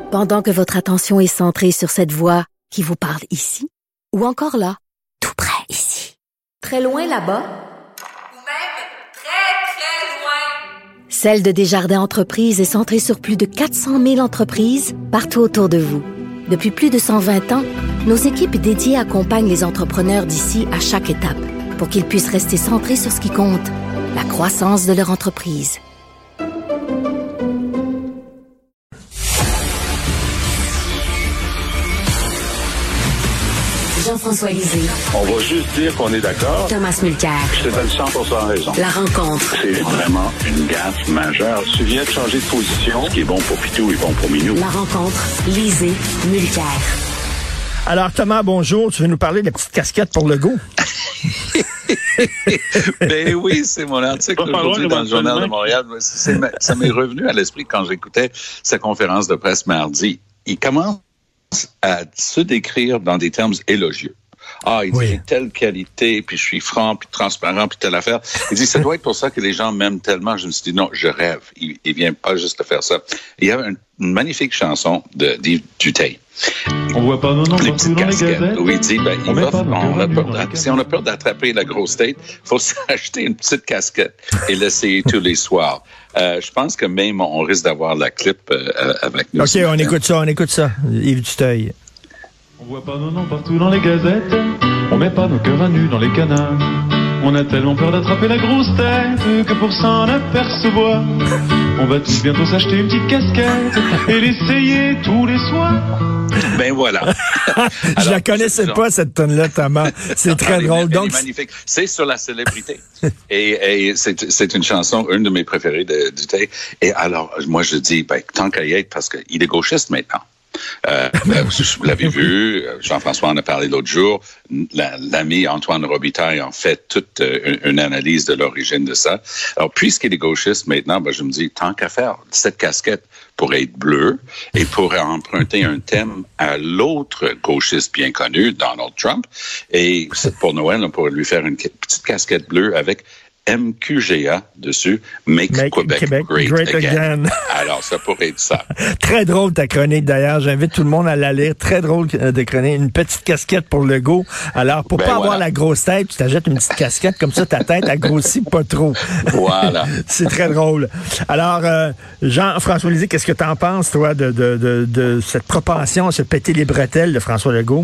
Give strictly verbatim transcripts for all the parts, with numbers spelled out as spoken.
Pendant que votre attention est centrée sur cette voix qui vous parle ici, ou encore là, tout près ici, très loin là-bas, ou même très, très loin. Celle de Desjardins Entreprises est centrée sur plus de quatre cent mille entreprises partout autour de vous. Depuis plus de cent vingt ans, nos équipes dédiées accompagnent les entrepreneurs d'ici à chaque étape pour qu'ils puissent rester centrés sur ce qui compte, la croissance de leur entreprise. Jean-François Lisée. On va juste dire qu'on est d'accord. Thomas Mulcair. Je te donne cent pour cent raison. La rencontre. C'est vraiment une gaffe majeure. Tu viens de changer de position. Ce qui est bon pour Pitou est bon pour Minou. La rencontre. Lisée. Mulcair. Alors, Thomas, bonjour. Tu veux nous parler de la petite casquette pour Legault? Ben oui, c'est mon article aujourd'hui dans le Journal de Montréal. C'est, ça m'est revenu à l'esprit quand j'écoutais sa conférence de presse mardi. Il commence à se décrire dans des termes élogieux. Ah, il dit, oui. J'ai telle qualité, puis je suis franc, puis transparent, puis telle affaire. Il dit, ça doit être pour ça que les gens m'aiment tellement. Je me suis dit, non, je rêve. Il, il vient pas juste de faire ça. Il y a une, une magnifique chanson de d'Yves Duteil. On voit pas nos noms partout dans les gazettes. Où il dit, ben, il va, on a peur, si on a peur d'attraper la grosse tête, faut s'acheter une petite casquette et l'essayer tous les soirs. Euh, je pense que même on risque d'avoir la clip euh, avec nous. OK, on écoute ça, on écoute ça. Yves Duteil. On voit pas nos noms partout dans les gazettes. On met pas nos cœurs à nu dans les canards. On a tellement peur d'attraper la grosse tête que pour s'en apercevoir, on va tous bientôt s'acheter une petite casquette et l'essayer tous les soirs. Ben voilà. Je Alors, la connaissais pas, cette tonne-là, Thomas. C'est non, très elle drôle. Est, Donc, elle est magnifique. C'est sur la célébrité. et et c'est, c'est une chanson, une de mes préférées de Duteil. Et alors, moi, je dis, ben, tant qu'à y être, parce qu'il est gauchiste maintenant. Euh, vous l'avez vu, Jean-François en a parlé l'autre jour, la, l'ami Antoine Robitaille en fait toute une, une analyse de l'origine de ça. Alors, puisqu'il est gauchiste maintenant, ben, je me dis, tant qu'à faire, cette casquette pourrait être bleue et pourrait emprunter un thème à l'autre gauchiste bien connu, Donald Trump. Et pour Noël, on pourrait lui faire une petite casquette bleue avec M Q G A dessus, Make, Make Quebec, Québec Great, great again. again. Alors, ça pourrait être ça. Très drôle ta chronique, d'ailleurs. J'invite tout le monde à la lire. Très drôle de chronique. Une petite casquette pour Legault. Alors, pour ben pas voilà. avoir la grosse tête, tu t'achètes une petite casquette. Comme ça, ta tête, elle grossit pas trop. Voilà. C'est très drôle. Alors, euh, Jean-François Lisée, qu'est-ce que t'en penses, toi, de, de, de, de cette propension à se péter les bretelles de François Legault?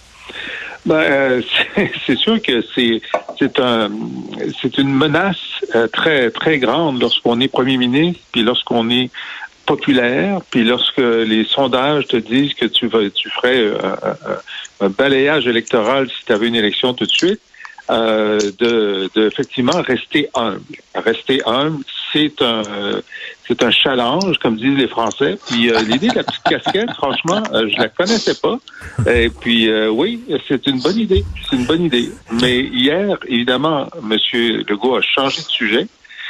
Ben, euh, c'est, c'est sûr que c'est c'est un c'est une menace euh, très très grande lorsqu'on est premier ministre, puis lorsqu'on est populaire, puis lorsque les sondages te disent que tu vas tu ferais euh, un, un balayage électoral si tu avais une élection tout de suite. Euh, de, de effectivement rester humble. Rester humble, c'est un c'est un challenge, comme disent les Français. Puis euh, l'idée de la petite casquette, franchement, euh, je la connaissais pas. Et puis euh, oui, c'est une bonne idée. C'est une bonne idée. Mais hier, évidemment, M. Legault a changé de sujet.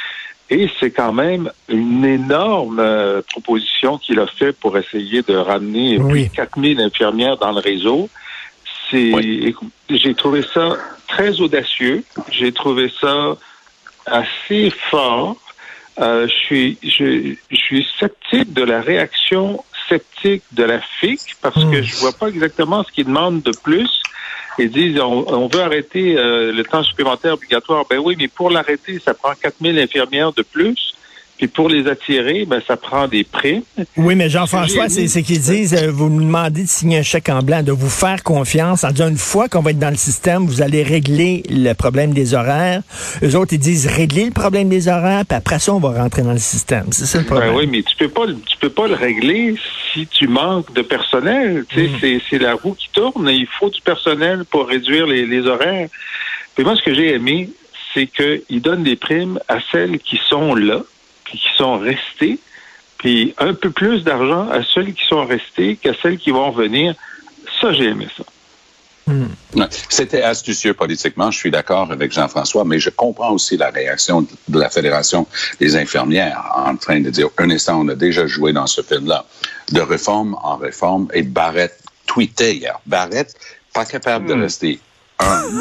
Et c'est quand même une énorme euh, proposition qu'il a fait pour essayer de ramener oui. plus de quatre mille infirmières dans le réseau. C'est, oui. écoute, j'ai trouvé ça très audacieux. J'ai trouvé ça assez fort. Euh, je suis, je, je suis sceptique de la réaction sceptique de la F I C parce mmh. que je vois pas exactement ce qu'ils demandent de plus. Ils disent on, on veut arrêter euh, le temps supplémentaire obligatoire. Ben oui, mais pour l'arrêter, ça prend quatre mille infirmières de plus. Puis pour les attirer, ben ça prend des primes. Oui, mais Jean-François, c'est, c'est qu'ils disent, euh, vous nous demandez de signer un chèque en blanc, de vous faire confiance, en disant une fois qu'on va être dans le système, vous allez régler le problème des horaires. Eux autres, ils disent régler le problème des horaires, puis après ça, on va rentrer dans le système. C'est ça le problème. Ben oui, mais tu peux pas, tu peux pas le régler si tu manques de personnel. Tu sais, mmh. c'est, c'est la roue qui tourne. Et il faut du personnel pour réduire les, les horaires. Puis moi, ce que j'ai aimé, c'est qu'ils donnent des primes à celles qui sont là, puis qui sont restés, puis un peu plus d'argent à ceux qui sont restés qu'à celles qui vont venir. Ça, j'ai aimé ça. Mmh. C'était astucieux politiquement, je suis d'accord avec Jean-François, mais je comprends aussi la réaction de la Fédération des infirmières en train de dire, un instant, on a déjà joué dans ce film-là, de réforme en réforme, et Barrett tweetait hier. Barrett, pas capable mmh. de rester humble,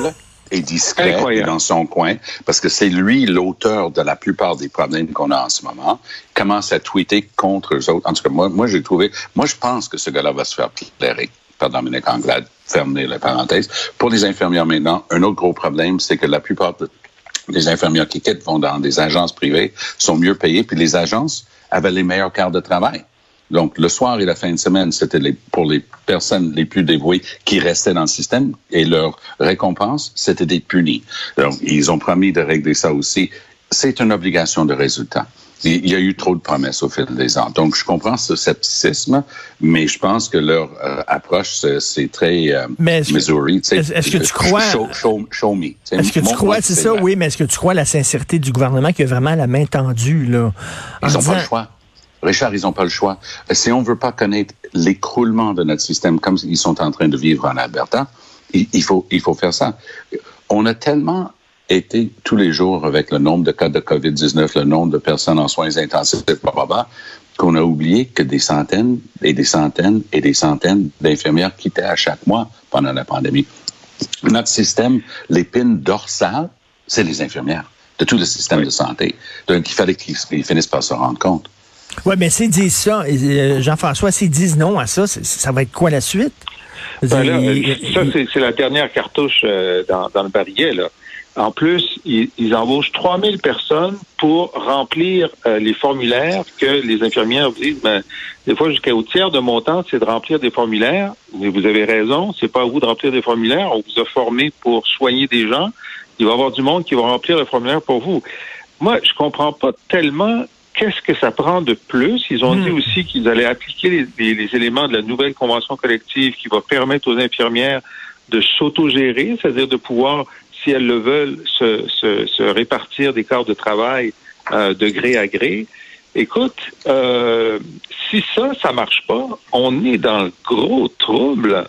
est discret et dans son coin, parce que c'est lui l'auteur de la plupart des problèmes qu'on a en ce moment, commence à tweeter contre eux autres. En tout cas, moi, moi j'ai trouvé, moi je pense que ce gars-là va se faire clairer par Dominique Anglade, fermer la parenthèse. Pour les infirmières maintenant, un autre gros problème, c'est que la plupart de, des infirmières qui quittent vont dans des agences privées, sont mieux payées, puis les agences avaient les meilleurs quarts de travail. Donc, le soir et la fin de semaine, c'était les, pour les personnes les plus dévouées qui restaient dans le système et leur récompense, c'était d'être punis. Donc, ils ont promis de régler ça aussi. C'est une obligation de résultat. Il y a eu trop de promesses au fil des ans. Donc, je comprends ce scepticisme, mais je pense que leur euh, approche, c'est, c'est très euh, Missouri. Est-ce, est-ce que tu crois... Show, show, show me. Est-ce que tu crois, c'est ça, oui, mais est-ce que tu crois à la sincérité du gouvernement qui a vraiment la main tendue, là? Ils n'ont disant... pas le choix. Richard, ils n'ont pas le choix. Si on ne veut pas connaître l'écroulement de notre système comme ils sont en train de vivre en Alberta, il, il, faut, il faut faire ça. On a tellement été tous les jours avec le nombre de cas de covid dix-neuf, le nombre de personnes en soins intensifs, blablabla, qu'on a oublié que des centaines et des centaines et des centaines d'infirmières quittaient à chaque mois pendant la pandémie. Notre système, l'épine dorsale, c'est les infirmières de tout le système oui. de santé. Donc, il fallait qu'ils, qu'ils finissent par se rendre compte. Oui, mais s'ils disent ça, Jean-François, s'ils disent non à ça, ça va être quoi la suite? Ben là, ça, c'est, c'est la dernière cartouche euh, dans, dans le barillet, là. En plus, ils, ils embauchent trois mille personnes pour remplir euh, les formulaires que les infirmières vous disent, ben, des fois, jusqu'au tiers de mon temps, c'est de remplir des formulaires. Mais vous avez raison, c'est pas à vous de remplir des formulaires. On vous a formé pour soigner des gens. Il va y avoir du monde qui va remplir le formulaire pour vous. Moi, je comprends pas tellement qu'est-ce que ça prend de plus. Ils ont mmh. dit aussi qu'ils allaient appliquer les, les, les éléments de la nouvelle convention collective qui va permettre aux infirmières de s'autogérer, c'est-à-dire de pouvoir, si elles le veulent, se, se, se répartir des quarts de travail euh, de gré à gré. Écoute, euh, si ça, ça marche pas, on est dans le gros trouble.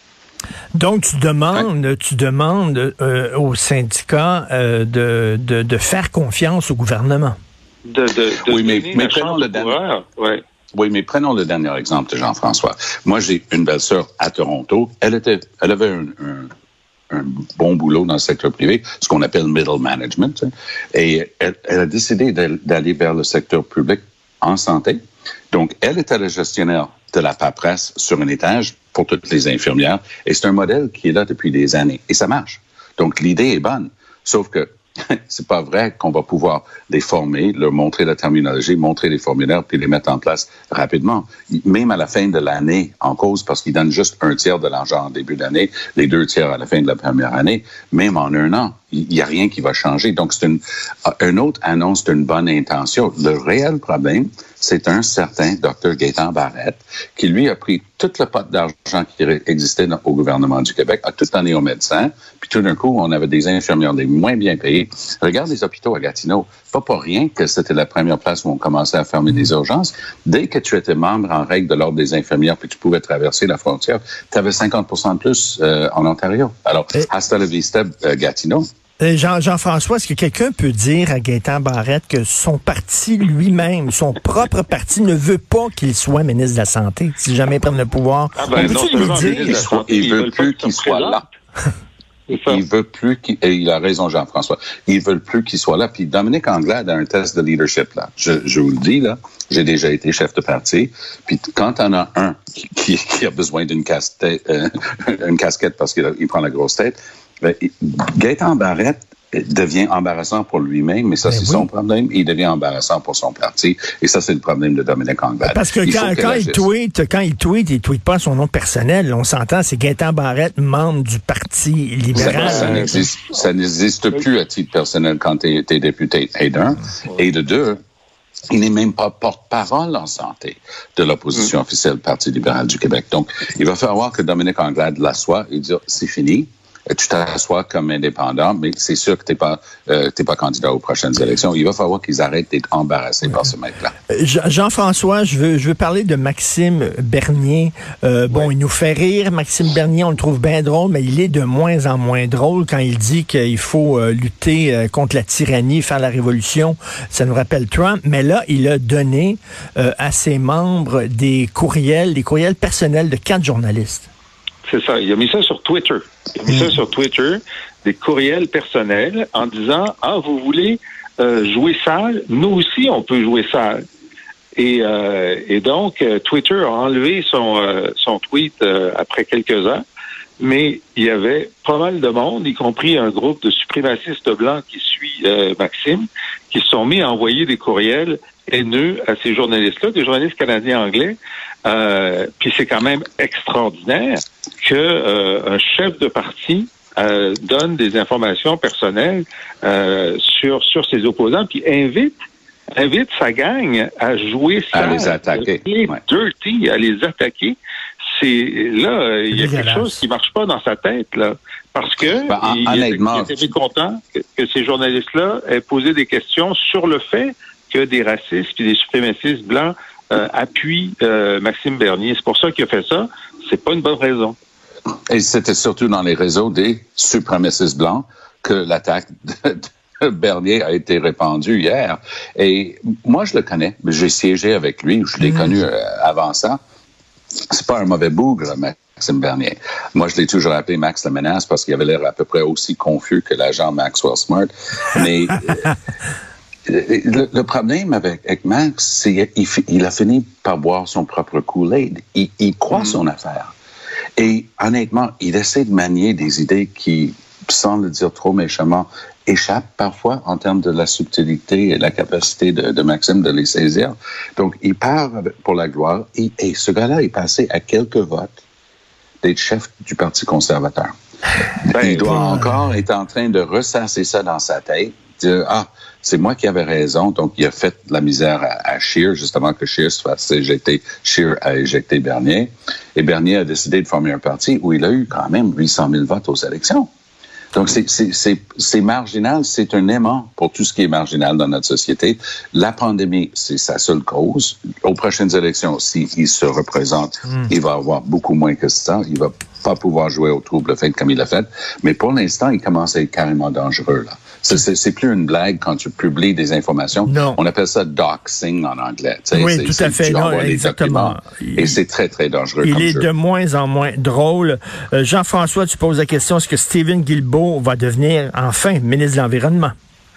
Donc, tu demandes, hein? tu demandes euh, aux syndicats euh, de, de, de faire confiance au gouvernement. De, de, de oui, mais, mais prenons le dernier. Ouais. Oui, mais prenons le dernier exemple de Jean-François. Moi, j'ai une belle-sœur à Toronto. Elle était, elle avait un, un, un bon boulot dans le secteur privé, ce qu'on appelle middle management, et elle, elle a décidé d'aller vers le secteur public en santé. Donc, elle était la gestionnaire de la paperasse sur un étage pour toutes les infirmières, et c'est un modèle qui est là depuis des années, et ça marche. Donc, l'idée est bonne, sauf que c'est pas vrai qu'on va pouvoir les former, leur montrer la terminologie, montrer les formulaires, puis les mettre en place rapidement. Même à la fin de l'année en cause, parce qu'ils donnent juste un tiers de l'argent en début d'année, les deux tiers à la fin de la première année, même en un an, il n'y a rien qui va changer. Donc, c'est une, une autre annonce d'une bonne intention. Le réel problème, c'est un certain docteur Gaétan Barrette qui, lui, a pris tout le pot d'argent qui existait dans, au gouvernement du Québec, a tout donné aux médecins, puis tout d'un coup, on avait des infirmières les moins bien payées. Regarde les hôpitaux à Gatineau. Pas pour rien que c'était la première place où on commençait à fermer des urgences. Dès que tu étais membre en règle de l'Ordre des infirmières puis tu pouvais traverser la frontière, tu avais cinquante pour cent de plus euh, en Ontario. Alors, Et... hasta la vista, euh, Gatineau. Jean, Jean-François, est-ce que quelqu'un peut dire à Gaétan Barrette que son parti lui-même, son propre parti, ne veut pas qu'il soit ministre de la Santé, si jamais ils prennent le pouvoir? Ah ben, non seulement dire? Il, soit, il veut plus qu'il soit là. Il veut plus qu'il... Et il a raison, Jean-François. Ils veulent plus qu'il soit là. Puis Dominique Anglade a un test de leadership, là. Je, je vous le dis, là. J'ai déjà été chef de parti. Puis quand on a un qui, qui a besoin d'une casse-tête, euh, une casquette parce qu'il a, il prend la grosse tête, ben, Gaétan Barrette devient embarrassant pour lui-même, mais ça, ben c'est oui. son problème. Il devient embarrassant pour son parti. Et ça, c'est le problème de Dominique Anglade. Parce que il quand, quand il tweet, quand il tweet, il tweet pas son nom personnel. On s'entend, c'est Gaétan Barrette, membre du Parti libéral. Ça, ça n'existe, ça n'existe plus à titre personnel quand tu es député. Et d'un. Et de deux, il n'est même pas porte-parole en santé de l'opposition mmh. officielle du Parti libéral du Québec. Donc, il va falloir que Dominique Anglade l'assoie et dire, c'est fini. Tu t'assois comme indépendant, mais c'est sûr que t'es pas, euh, t'es pas candidat aux prochaines élections. Il va falloir qu'ils arrêtent d'être embarrassés ouais. par ce mec-là. Jean-François, je veux, je veux parler de Maxime Bernier. Euh, bon, ouais. il nous fait rire. Maxime Bernier, on le trouve bien drôle, mais il est de moins en moins drôle quand il dit qu'il faut euh, lutter euh, contre la tyrannie, faire la révolution. Ça nous rappelle Trump. Mais là, il a donné euh, à ses membres des courriels, des courriels personnels de quatre journalistes. C'est ça. Il a mis ça sur Twitter. Il a mis mmh. ça sur Twitter. des courriels personnels en disant « Ah, vous voulez euh, jouer sale? Nous aussi, on peut jouer sale. » Et, euh, et donc, euh, Twitter a enlevé son, euh, son tweet euh, après quelques heures, mais il y avait pas mal de monde, y compris un groupe de suprémacistes blancs qui suit euh, Maxime, qui se sont mis à envoyer des courriels haineux à ces journalistes-là, des journalistes canadiens-anglais. Euh, puis c'est quand même extraordinaire que euh, un chef de parti euh, donne des informations personnelles euh, sur sur ses opposants, puis invite invite sa gang à jouer ça, à les attaquer, à les ouais. dirty, à les attaquer. C'est là, il y a quelque chose qui marche pas dans sa tête là, parce que ben, en, il, honnêtement, il était mécontent que, que ces journalistes-là aient posé des questions sur le fait que des racistes et des suprémacistes blancs euh, appuient euh, Maxime Bernier. C'est pour ça qu'il a fait ça. C'est pas une bonne raison. Et c'était surtout dans les réseaux des suprémacistes blancs que l'attaque de, de Bernier a été répandue hier. Et moi, je le connais. J'ai siégé avec lui. Je l'ai mmh. connu euh, avant ça. C'est pas un mauvais bougre, Maxime Bernier. Moi, je l'ai toujours appelé Max la menace parce qu'il avait l'air à peu près aussi confus que l'agent Maxwell Smart. Mais euh, le, le problème avec, avec Max, c'est qu'il il a fini par boire son propre Kool-Aid. Il, il croit mmh. son affaire. Et honnêtement, il essaie de manier des idées qui, sans le dire trop méchamment, échappent parfois en termes de la subtilité et la capacité de, de Maxime de les saisir. Donc, il part pour la gloire et, et ce gars-là est passé à quelques votes d'être chef du Parti conservateur. Ben, il doit encore être en train de ressasser ça dans sa tête, dire « Ah, c'est moi qui avais raison. » Donc, il a fait de la misère à, à Scheer, justement que Scheer se fasse éjecter. Scheer a éjecté Bernier. Et Bernier a décidé de former un parti où il a eu quand même huit cent mille votes aux élections. Donc, c'est, c'est, c'est, c'est marginal, c'est un aimant pour tout ce qui est marginal dans notre société. La pandémie, c'est sa seule cause. Aux prochaines élections, s'il se représente, mmh. il va avoir beaucoup moins que ça. Il va pas pouvoir jouer au trouble fait comme il l'a fait. Mais pour l'instant, il commence à être carrément dangereux, là. C'est, c'est, c'est plus une blague quand tu publies des informations. Non. On appelle ça doxing en anglais. T'sais, oui, c'est, tout c'est, à fait. Tu non, envoies exactement. des documents et c'est très, très dangereux. Il comme est jeu. de moins en moins drôle. Euh, Jean-François, tu poses la question, est-ce que Stephen Guilbeault va devenir enfin ministre de l'Environnement?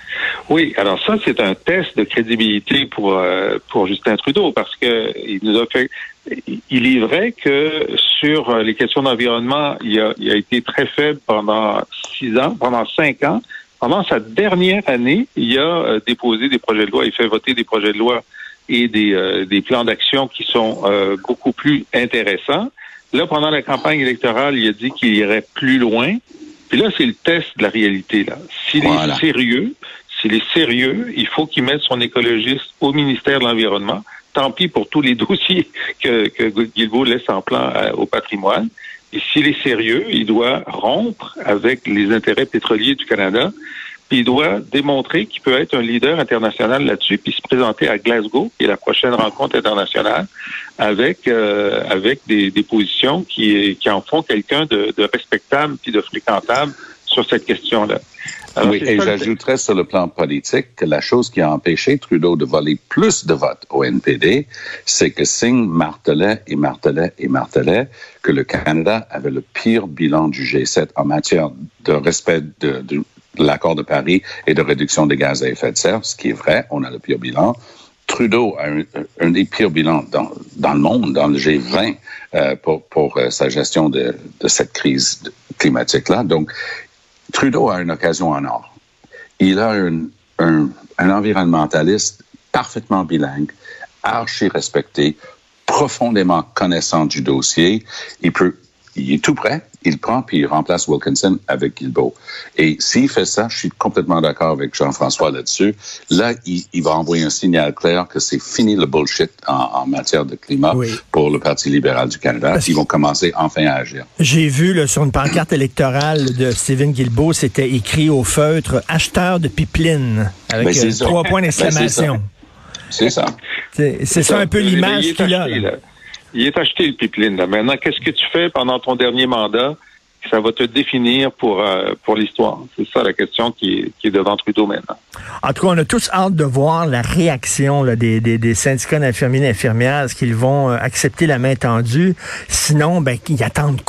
Oui, alors ça, c'est un test de crédibilité pour euh, pour Justin Trudeau, parce que il nous a fait. Il est vrai que sur les questions d'environnement, il a, il a été très faible pendant six ans, pendant cinq ans. Pendant sa dernière année, il a euh, déposé des projets de loi, il fait voter des projets de loi et des, euh, des plans d'action qui sont euh, beaucoup plus intéressants. Là, pendant la campagne électorale, il a dit qu'il irait plus loin. Puis là, c'est le test de la réalité, là. S'il voilà. est sérieux, s'il est sérieux, il faut qu'il mette son écologiste au ministère de l'Environnement. Tant pis pour tous les dossiers que, que Guilbeault laisse en plan à, au patrimoine. Et s'il est sérieux, il doit rompre avec les intérêts pétroliers du Canada, puis il doit démontrer qu'il peut être un leader international là-dessus, puis se présenter à Glasgow, qui est la prochaine rencontre internationale, avec euh, avec des, des positions qui, qui en font quelqu'un de, de respectable puis de fréquentable sur cette question-là. Alors, oui, et j'ajouterais sur le plan politique que la chose qui a empêché Trudeau de voler plus de votes au N P D, c'est que Singh martelait et martelait et martelait que le Canada avait le pire bilan du G sept en matière de respect de, de l'accord de Paris et de réduction des gaz à effet de serre, ce qui est vrai, on a le pire bilan. Trudeau a un, un des pires bilans dans, dans le monde, dans le G vingt, euh, pour, pour euh, sa gestion de, de cette crise climatique-là. Donc, Trudeau a une occasion en or. Il a un, un, un environnementaliste parfaitement bilingue, archi respecté, profondément connaissant du dossier. Il peut, il est tout prêt. Il prend puis il remplace Wilkinson avec Guilbeault. Et s'il fait ça, je suis complètement d'accord avec Jean-François là-dessus. Là, il, il va envoyer un signal clair que c'est fini le bullshit en, en matière de climat oui. pour le Parti libéral du Canada. Parce Ils vont commencer enfin à agir. J'ai vu là, sur une pancarte électorale de Stephen Guilbeault, c'était écrit au feutre « Acheteur de pipeline » avec ben, euh, trois points d'exclamation. Ben, c'est ça. C'est, c'est, c'est ça, ça un peu l'image qu'il a. Là. Il est acheté le pipeline. Là. Maintenant, qu'est-ce que tu fais pendant ton dernier mandat? Ça va te définir pour euh, pour l'histoire. C'est ça la question qui est, qui est devant Trudeau maintenant. En tout cas, on a tous hâte de voir la réaction là, des, des, des syndicats d'infirmiers et d'infirmières. Est-ce qu'ils vont euh, accepter la main tendue? Sinon, ben, ils attendent quoi?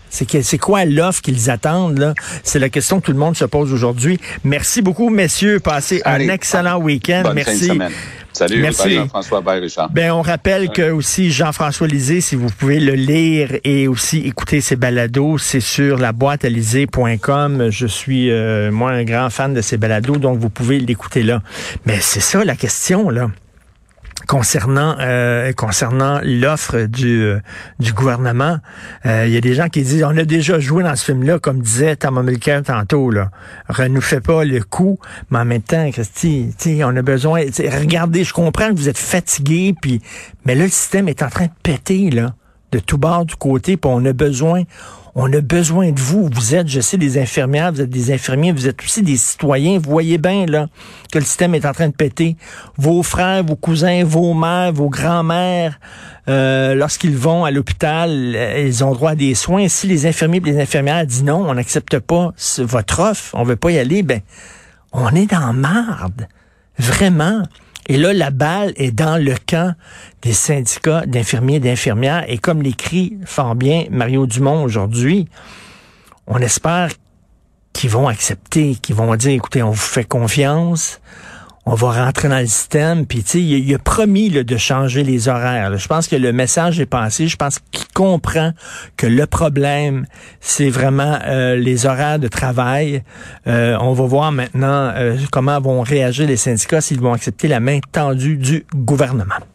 C'est que, c'est quoi l'offre qu'ils attendent, là? C'est la question que tout le monde se pose aujourd'hui. Merci beaucoup, messieurs. Passez Allez, un excellent week-end. Bonne Merci. Fin de semaine. Salut, Merci. Jean-François Baye Richard. Ben, on rappelle ouais. que aussi Jean-François Lisée, si vous pouvez le lire et aussi écouter ses balados, c'est sur la boîte à lisée point com. Je suis, euh, moi, un grand fan de ses balados, donc vous pouvez l'écouter là. Mais c'est ça la question, là. Concernant euh, concernant l'offre du euh, du gouvernement, il euh, y a des gens qui disent on a déjà joué dans ce film-là, comme disait Tom Mulcair tantôt, là. Nous fait pas le coup, mais en même temps, Christy, on a besoin. Regardez, je comprends que vous êtes fatigués, puis mais là le système est en train de péter là, de tout bord du côté, puis on a besoin. On a besoin de vous. Vous êtes, je sais, des infirmières, vous êtes des infirmiers, vous êtes aussi des citoyens. Vous voyez bien là que le système est en train de péter. Vos frères, vos cousins, vos mères, vos grands-mères, euh, lorsqu'ils vont à l'hôpital, ils ont droit à des soins. Si les infirmiers et les infirmières disent non, on n'accepte pas votre offre, on veut pas y aller, ben on est dans marde. Vraiment. Et là, la balle est dans le camp des syndicats d'infirmiers et d'infirmières. Et comme l'écrit fort bien Mario Dumont aujourd'hui, on espère qu'ils vont accepter, qu'ils vont dire, écoutez, on vous fait confiance, on va rentrer dans le système. Puis, tu sais, il, il a promis là, de changer les horaires. Là. Je pense que le message est passé. Je pense qu'il comprend que le problème, c'est vraiment euh, les horaires de travail. Euh, on va voir maintenant euh, comment vont réagir les syndicats, s'ils vont accepter la main tendue du gouvernement.